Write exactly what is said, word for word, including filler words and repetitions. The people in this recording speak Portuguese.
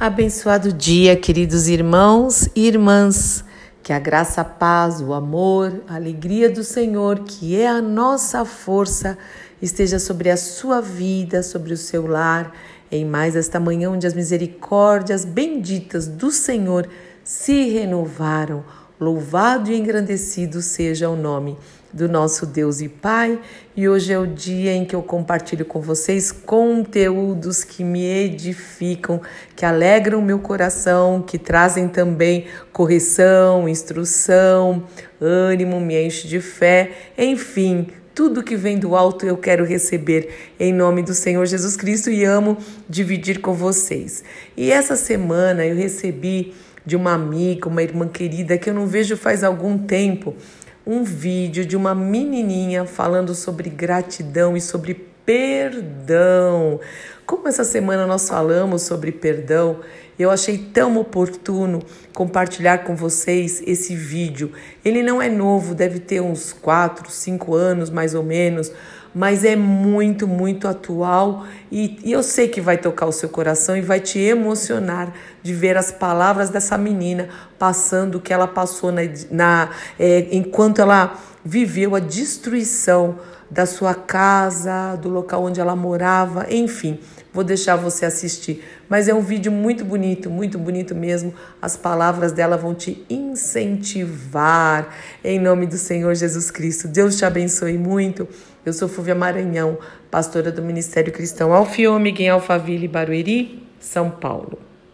Abençoado dia, queridos irmãos e irmãs, que a graça, a paz, o amor, a alegria do Senhor, que é a nossa força, esteja sobre a sua vida, sobre o seu lar, em mais esta manhã onde as misericórdias benditas do Senhor se renovaram. Louvado e engrandecido seja o nome do nosso Deus e Pai. E hoje é o dia em que eu compartilho com vocês conteúdos que me edificam, que alegram o meu coração, que trazem também correção, instrução, ânimo, me enche de fé, enfim, tudo que vem do alto eu quero receber em nome do Senhor Jesus Cristo e amo dividir com vocês. E essa semana eu recebi de uma amiga, uma irmã querida que eu não vejo faz algum tempo, um vídeo de uma menininha falando sobre gratidão e sobre perdão. Como essa semana nós falamos sobre perdão, eu achei tão oportuno compartilhar com vocês esse vídeo. Ele não é novo, deve ter uns quatro, cinco anos mais ou menos, mas é muito, muito atual e, e eu sei que vai tocar o seu coração e vai te emocionar de ver as palavras dessa menina passando o que ela passou na, na, é, enquanto ela viveu a destruição da sua casa, do local onde ela morava, enfim, vou deixar você assistir. Mas é um vídeo muito bonito, muito bonito mesmo. As palavras dela vão te incentivar em nome do Senhor Jesus Cristo. Deus te abençoe muito. Eu sou Fúvia Maranhão, pastora do Ministério Cristão Alfiômega em Alphaville, Barueri, São Paulo.